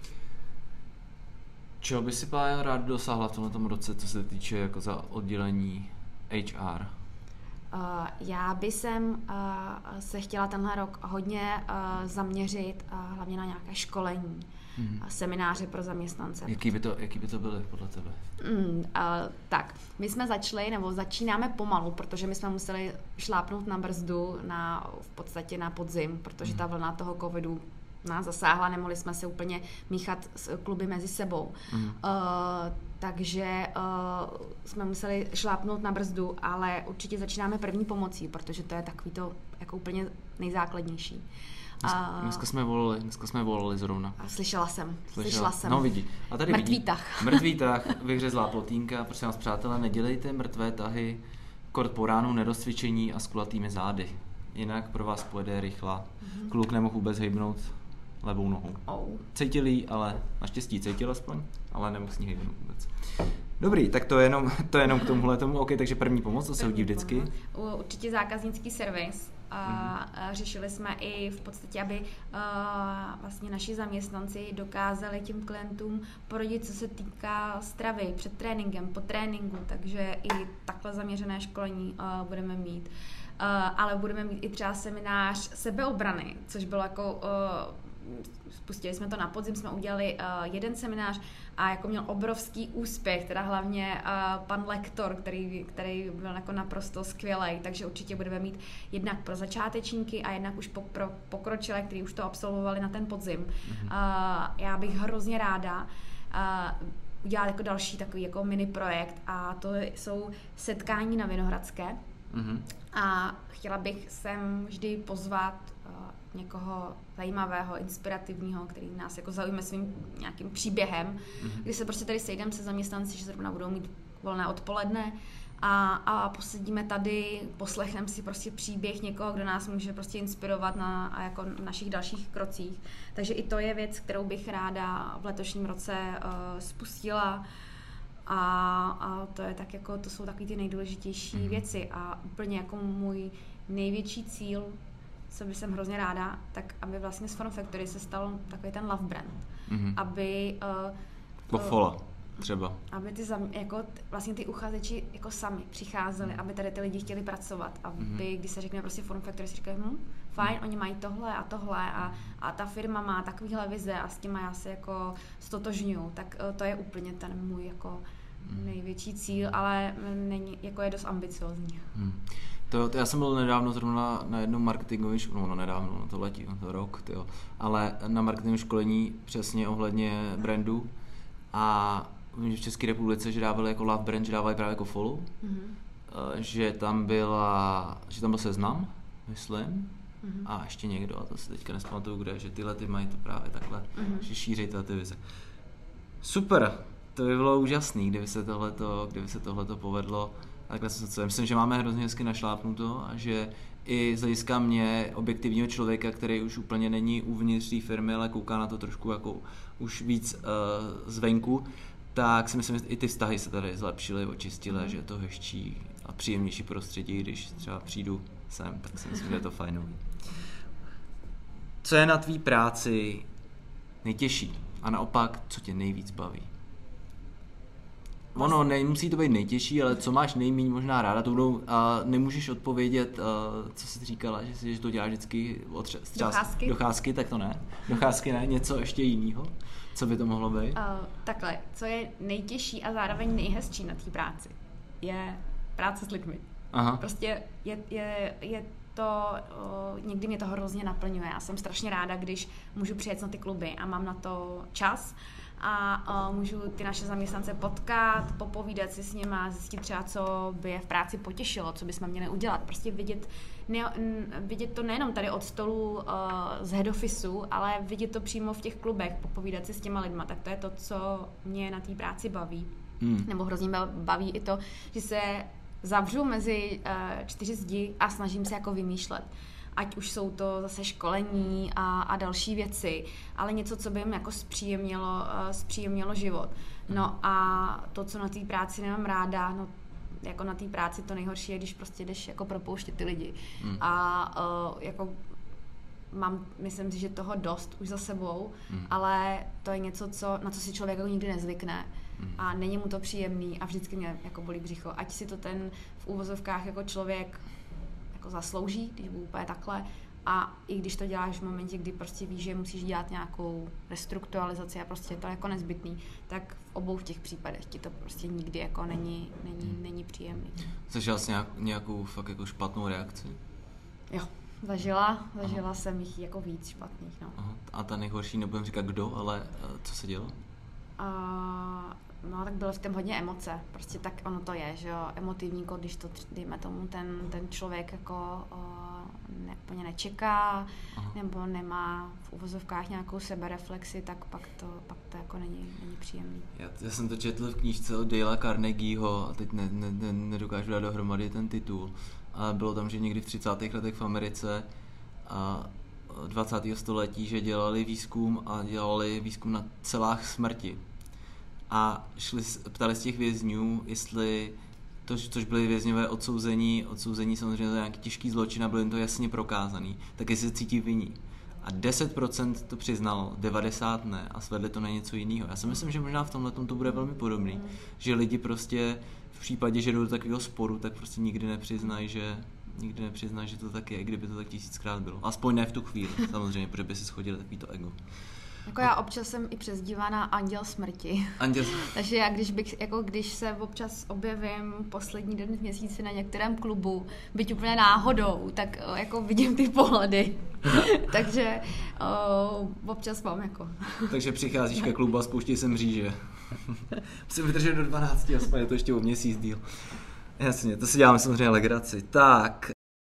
Čeho by si Pája rád dosáhla v tomto roce, co se týče jako za oddělení HR? Já bych se chtěla tenhle rok hodně zaměřit hlavně na nějaké školení, semináře pro zaměstnance. Jaký by to byly podle tebe? Tak, my jsme začínáme pomalu, protože my jsme museli šlápnout na brzdu v podstatě na podzim, protože ta vlna toho covidu nás zasáhla, nemohli jsme se úplně míchat s kluby mezi sebou. Takže jsme museli šlápnout na brzdu, ale určitě začínáme první pomocí, protože to je takový to jako úplně nejzákladnější. Dneska jsme volali zrovna. Slyšela jsem. No vidí. A tady mrtvý tah. Mrtvý tah, vyhřezlá plotínka. Prosím vás, přátelé, nedělejte mrtvé tahy, kort po ránu, nedosvičení a s kulatými zády. Jinak pro vás pojede rychla. Kluk nemohl vůbec hejbnout levou nohou. Cítil jí, ale naštěstí cítil aspoň, ale nemohl s ní hejbnout vůbec. Dobrý, tak to je jenom k tomuhle tomu. OK, takže první pomoc, to se hodí vždycky. Určitě zákaznický servis. A řešili jsme i v podstatě, aby vlastně naši zaměstnanci dokázali těm klientům poradit, co se týká stravy před tréninkem, po tréninku, takže i takhle zaměřené školení budeme mít. Ale budeme mít i třeba seminář sebeobrany, což bylo jako spustili jsme to na podzim, jsme udělali jeden seminář a jako měl obrovský úspěch, teda hlavně pan lektor, který byl jako naprosto skvělej, takže určitě budeme mít jednak pro začátečníky a jednak už pro pokročilé, kteří už to absolvovali na ten podzim. Já bych hrozně ráda udělat jako další takový jako mini projekt a to jsou setkání na Vinohradské. A chtěla bych sem vždy pozvat někoho zajímavého, inspirativního, který nás jako zaujme svým nějakým příběhem, kdy se prostě tady sejdeme se zaměstnanci, že zrovna budou mít volné odpoledne a posedíme tady, poslechneme si prostě příběh někoho, kdo nás může prostě inspirovat na jako našich dalších krocích. Takže i to je věc, kterou bych ráda v letošním roce spustila. A to je tak jako, to jsou takový ty nejdůležitější věci a úplně jako můj největší cíl, co bych jsem hrozně ráda, tak aby vlastně z Form Factory se stal takový ten love brand. Aby Fola třeba. Aby vlastně ty uchazeči jako sami přicházeli, aby tady ty lidi chtěli pracovat, aby když se řekne prostě Form Factory, si říkají, fajn, oni mají tohle a ta firma má takovýhle vize a s tím já se jako stotožňuju, tak to je úplně ten můj jako největší cíl, ale není, jako je dost ambiciózní. To já jsem byl nedávno zrovna na jednom marketingovém nedávno, to letí, to rok, tyjo, ale na marketingovém školení přesně ohledně brandu a v České republice, že dávali jako love brand, že dávali právě jako follow, že tam byl Seznam, myslím, a ještě někdo, a to si teďka nespamatuju kde, že tyhle ty mají to právě takhle, že šíří ty vize. Super, to by bylo úžasný, kdyby se tohleto povedlo. Takhle myslím, že máme hrozně hezky našlápnuto a že i z hlediska mě, objektivního člověka, který už úplně není uvnitř té firmy, ale kouká na to trošku jako už víc zvenku, tak si myslím, že i ty vztahy se tady zlepšily, očistily, že je to hezčí a příjemnější prostředí, když třeba přijdu sem, tak si myslím, že je to fajnový. Co je na tvý práci nejtěžší a naopak, co tě nejvíc baví? Ono nemusí to být nejtěžší, ale co máš nejméně možná ráda, to nemůžeš odpovědět, co jsi říkala, že to děláš vždycky docházky, tak to ne. Docházky ne, něco ještě jiného, co by to mohlo být? Takhle, co je nejtěžší a zároveň nejhezčí na té práci, je práce s lidmi. Aha. Prostě je to, někdy mě to hrozně naplňuje. Já jsem strašně ráda, když můžu přijet na ty kluby a mám na to čas a můžu ty naše zaměstnance potkat, popovídat si s nimi a zjistit třeba, co by je v práci potěšilo, co bychom měli udělat. Prostě vidět to nejenom tady od stolu z head officeu, ale vidět to přímo v těch klubech, popovídat si s těma lidma. Tak to je to, co mě na té práci baví. Nebo hrozně baví i to, že se zavřu mezi 4 zdi a snažím se jako vymýšlet. Ať už jsou to zase školení a další věci, ale něco, co by jim jako zpříjemnilo život. No a to, co na té práci nemám ráda, no jako na té práci to nejhorší je, když prostě jdeš jako propouštět ty lidi. A jako myslím si, že toho dost už za sebou, ale to je něco, na co si člověk jako nikdy nezvykne. A není mu to příjemný a vždycky mě jako bolí břicho. Ať si to ten v úvozovkách jako člověk jako zaslouží, když budu úplně takhle. A i když to děláš v momentě, kdy prostě víš, že musíš dělat nějakou restrukturalizaci a prostě je to jako nezbytný, tak v obou těch případech ti to prostě nikdy jako není příjemný. Zažil jsi nějakou fakt jako špatnou reakci? Jo, Zažila jsem jich jako víc špatných, no. Aha. A ta nejhorší, nebudem říkat kdo, ale co se dělo? No, tak bylo v tom hodně emoce, prostě tak ono to je, že jo, emotivní, když to, dejme tomu, ten člověk jako úplně nečeká, nebo nemá v uvozovkách nějakou sebereflexi, tak pak to jako není příjemný. Já jsem to četl v knížce od Dalea Carnegieho a teď nedokážu dát dohromady ten titul, ale bylo tam, že někdy v 30. letech v Americe a 20. století, že dělali výzkum na celách smrti. A ptali z těch vězňů, jestli což byli vězňové odsouzení samozřejmě za nějaký těžký zločin a bylo jim to jasně prokázaný, tak jestli se cítí vinní. A 10% to přiznalo, 90% ne a svedli to na něco jiného. Já si myslím, že možná v tomhletom to bude velmi podobný, že lidi prostě v případě, že jdou do takového sporu, tak prostě nikdy nepřiznají, že to tak je, i kdyby to tak 1000krát bylo. Aspoň ne v tu chvíli, samozřejmě, protože by si schodili takový to ego. Jako já občas jsem i přezdívaná Anděl smrti. Takže já když se občas objevím poslední den v měsíci na některém klubu, byť úplně náhodou, tak jako vidím ty pohledy. Takže občas mám jako. Takže přicházíš ke klubu a spouštěj se mříže. Musím vydržet do 12 a spát, je to ještě o měsíc díl. Jasně, to si děláme samozřejmě legraci. Tak.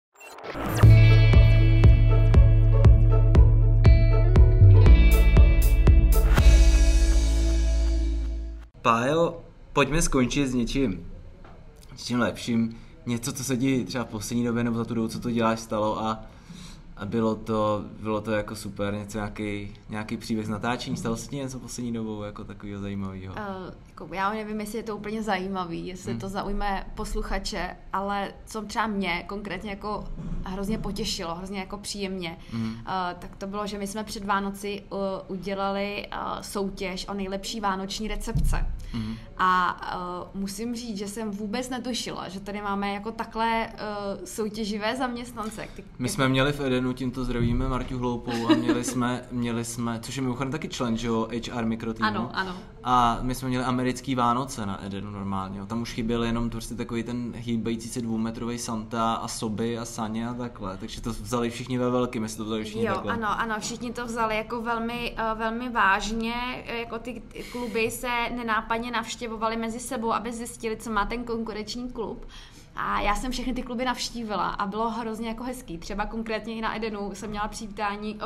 Pájo, pojďme skončit s něčím lepším. Něco, co se ti třeba v poslední době nebo za tu dobu, co to děláš, stalo a bylo to jako super, nějaký příběh z natáčení. Stalo se ti něco poslední dobou jako takového zajímavého? Já nevím, jestli je to úplně zajímavý, jestli to zaujme posluchače, ale co třeba mě konkrétně jako hrozně potěšilo, hrozně jako příjemně, tak to bylo, že my jsme před Vánoci udělali soutěž o nejlepší vánoční recepce. A musím říct, že jsem vůbec netušila, že tady máme jako takhle soutěživé zaměstnance. My jsme měli v Edenu, tímto zdravíme Marťu Hloupou a měli jsme, což je mimochodem taky člen, že jo, HR mikrotýmu. Ano. A my jsme měli americký Vánoce na Edenu normálně. Tam už chyběl jenom prostě takový ten hýbající se 2metrový Santa a soby a saně a takhle. Takže to vzali všichni ve velkým, jestli to vzali všichni takhle. Ano, všichni to vzali jako velmi vážně. Jako ty kluby se nenápadně navštěvovali mezi sebou, aby zjistili, co má ten konkurenční klub. A já jsem všechny ty kluby navštívila a bylo hrozně jako hezký. Třeba konkrétně i na Edenu jsem měla přivítání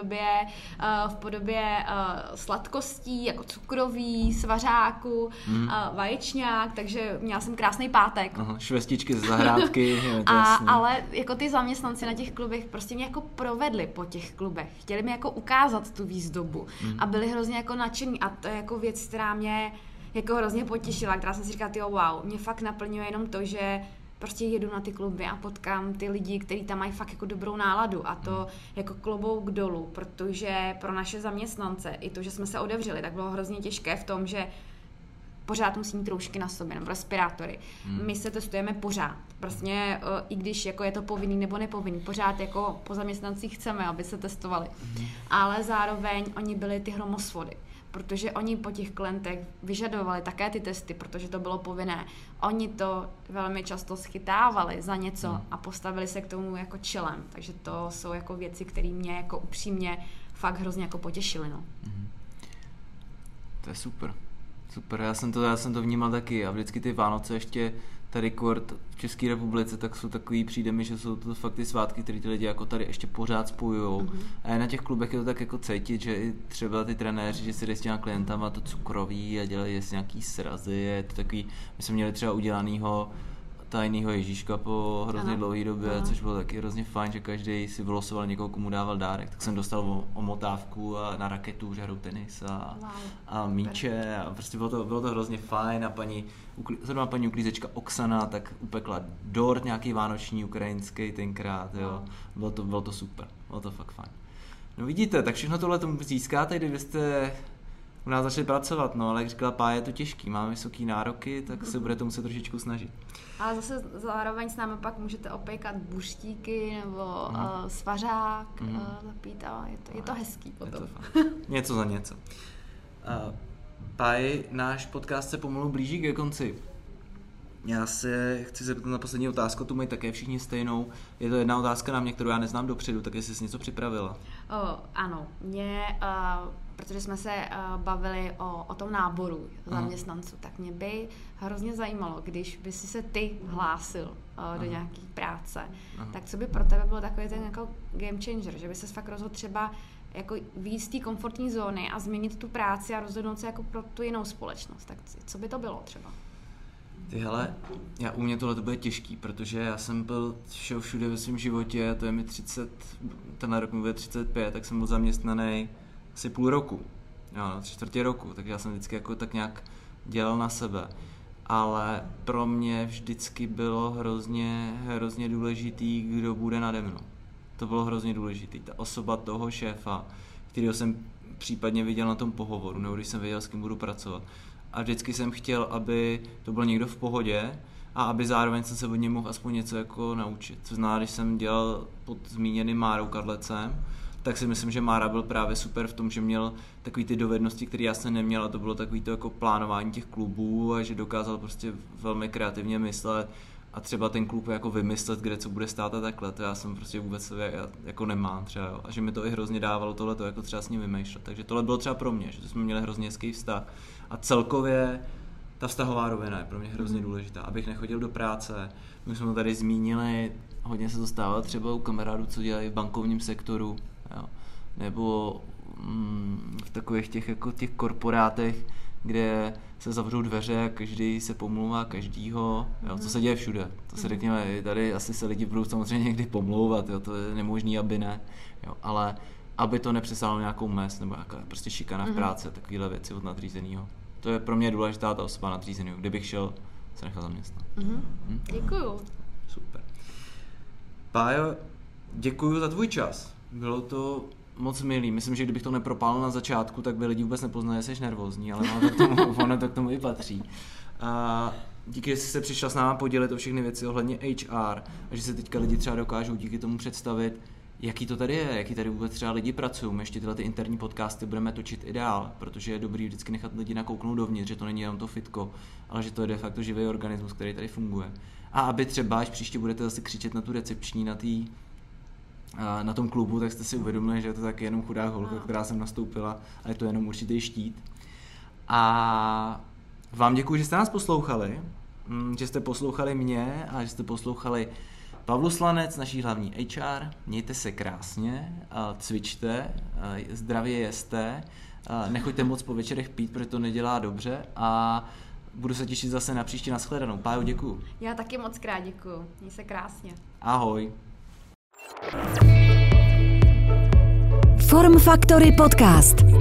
v podobě sladkostí, jako cukroví, svařáku, vaječňák, takže měla jsem krásný pátek. Aha, švestičky z zahrádky. Ale jako ty zaměstnanci na těch klubech prostě mě jako provedli po těch klubech. Chtěli mi jako ukázat tu výzdobu a byli hrozně jako nadšení a to je jako věc, která mě jako hrozně potěšila, která jsem si říkala, wow, mě fakt naplňuje jenom to, že prostě jedu na ty kluby a potkám ty lidi, kteří tam mají fakt jako dobrou náladu a to jako klobouk dolů, protože pro naše zaměstnance i to, že jsme se otevřeli, tak bylo hrozně těžké v tom, že pořád musí mít roušky na sobě nebo respirátory. My se testujeme pořád. Prostě i když jako je to povinný nebo nepovinný, pořád jako po zaměstnancích chceme, aby se testovali. Ale zároveň oni byli ty hromosvody, protože oni po těch klientech vyžadovali také ty testy, protože to bylo povinné. Oni to velmi často schytávali za něco a postavili se k tomu jako čelem. Takže to jsou jako věci, které mě jako upřímně fakt hrozně jako potěšily. No. To je super. Super, já jsem to vnímal taky a vždycky ty Vánoce ještě tady kort v České republice, tak jsou takový, přijde mi, že jsou to fakt ty svátky, které ty lidi jako tady ještě pořád spojujou. A na těch klubech je to tak jako cítit, že i třeba ty trenéři, že si jdou s těma klientama to cukroví a dělají nějaký srazy, je to takový, my jsme měli třeba udělanýho tajného Ježíška po hrozně dlouhé době, což bylo taky hrozně fajn, že každý si vylosoval někoho, komu dával dárek. Tak jsem dostal omotávku a na raketu, že hraju tenis a míče a prostě bylo to hrozně fajn a paní uklízečka Oksana tak upekla dort nějaký vánoční ukrajinský tenkrát, jo. Bylo to super, bylo to fakt fajn. No vidíte, tak všechno tohle tomu získáte, kdybyste u nás začali pracovat, no ale jak říkala Pája, je to těžký, máme vysoký nároky, tak se budete muset trošičku snažit. Ale zase zároveň s námi pak můžete opékat buřtíky nebo svařák zapít a je to hezký potom. Něco za něco. Páji, náš podcast se pomalu blíží ke konci. Já se chci zeptat na poslední otázku, tu mají také všichni stejnou. Je to jedna otázka na mě, kterou já neznám dopředu, tak jestli jsi něco připravila. Ano, protože jsme se bavili o tom náboru zaměstnanců, tak mě by hrozně zajímalo, když by si se ty hlásil do nějaký práce, tak co by pro tebe bylo takový ten jako game changer, že by ses fakt rozhodl třeba jako víc z té komfortní zóny a změnit tu práci a rozhodnout se jako pro tu jinou společnost. Tak co by to bylo třeba? Ty hele, u mě tohle to bude těžký, protože já jsem šel všude ve svém životě, to je mi 30, tenhle rok mi bude 35, tak jsem byl zaměstnaný asi půl roku, 3/4 roku, takže já jsem vždycky jako tak nějak dělal na sebe. Ale pro mě vždycky bylo hrozně důležitý, kdo bude nade mnou. To bylo hrozně důležitý, ta osoba toho šéfa, kterého jsem případně viděl na tom pohovoru, nebo když jsem věděl, s kým budu pracovat. A vždycky jsem chtěl, aby to byl někdo v pohodě a aby zároveň jsem se od něj mohl aspoň něco jako naučit. Co znamená, když jsem dělal pod zmíněným Márou Kadlecem, tak si myslím, že Mára byl právě super v tom, že měl takový ty dovednosti, které já jsem neměl, a to bylo takový to jako plánování těch klubů a že dokázal prostě velmi kreativně myslet a třeba ten klub jako vymyslet, kde co bude stát a takhle. To já jsem prostě vůbec jako nemám třeba, jo. A že mi to i hrozně dávalo tohleto jako třeba s ním vymýšlet. Takže tohle bylo třeba pro mě, že jsme měli hrozně hezký vztah. A celkově ta vztahová rovina je pro mě hrozně důležitá, abych nechodil do práce. My jsme to tady zmínili, hodně se to stává třeba u kamarádů, co dělají v bankovním sektoru, jo. Nebo v takových těch korporátech, kde se zavřou dveře a každý se pomlouvá každýho, jo, co se děje všude. To se řekněme, tady asi se lidi budou samozřejmě někdy pomlouvat, jo, to je nemožný, aby ne, jo, ale aby to nepřesáhlo nějakou mez nebo nějaká prostě šikana v práci a takovéhle věci od nadřízenýho. To je pro mě důležitá ta osoba nadřízenýho, kdybych šel se nechat zaměstnat. Děkuju. Super. Pájo, děkuju za tvůj čas. Bylo to moc milý. Myslím, že kdybych to nepropálil na začátku, tak by lidi vůbec nepoznali, že jsi nervózní, ale ono to k tomu i patří. A díky, že jsi se přišla s náma podělit o všechny věci ohledně HR a že se teďka lidi třeba dokážou díky tomu představit, jaký to tady je, jaký tady vůbec třeba lidi pracují. My ještě tyhle ty interní podcasty budeme točit i dál, protože je dobrý vždycky nechat lidi nakouknout dovnitř, že to není jenom to fitko, ale že to je de facto živý organismus, který tady funguje. A aby třeba, až příště budete zase křičet na tu recepční, na tom klubu, tak jste si uvědomili, že je to taky jenom chudá holka, která sem nastoupila a je to jenom určitý štít. A vám děkuji, že jste nás poslouchali, že jste poslouchali mě a že jste poslouchali Pavlu Slanec, naší hlavní HR. Mějte se krásně, cvičte, zdravě jeste, nechoďte moc po večerech pít, protože to nedělá dobře a budu se těšit zase na příště, nashledanou. Pájo, děkuju. Já taky moc krát děkuju. Měj se krásně. Ahoj. Form Factory Podcast.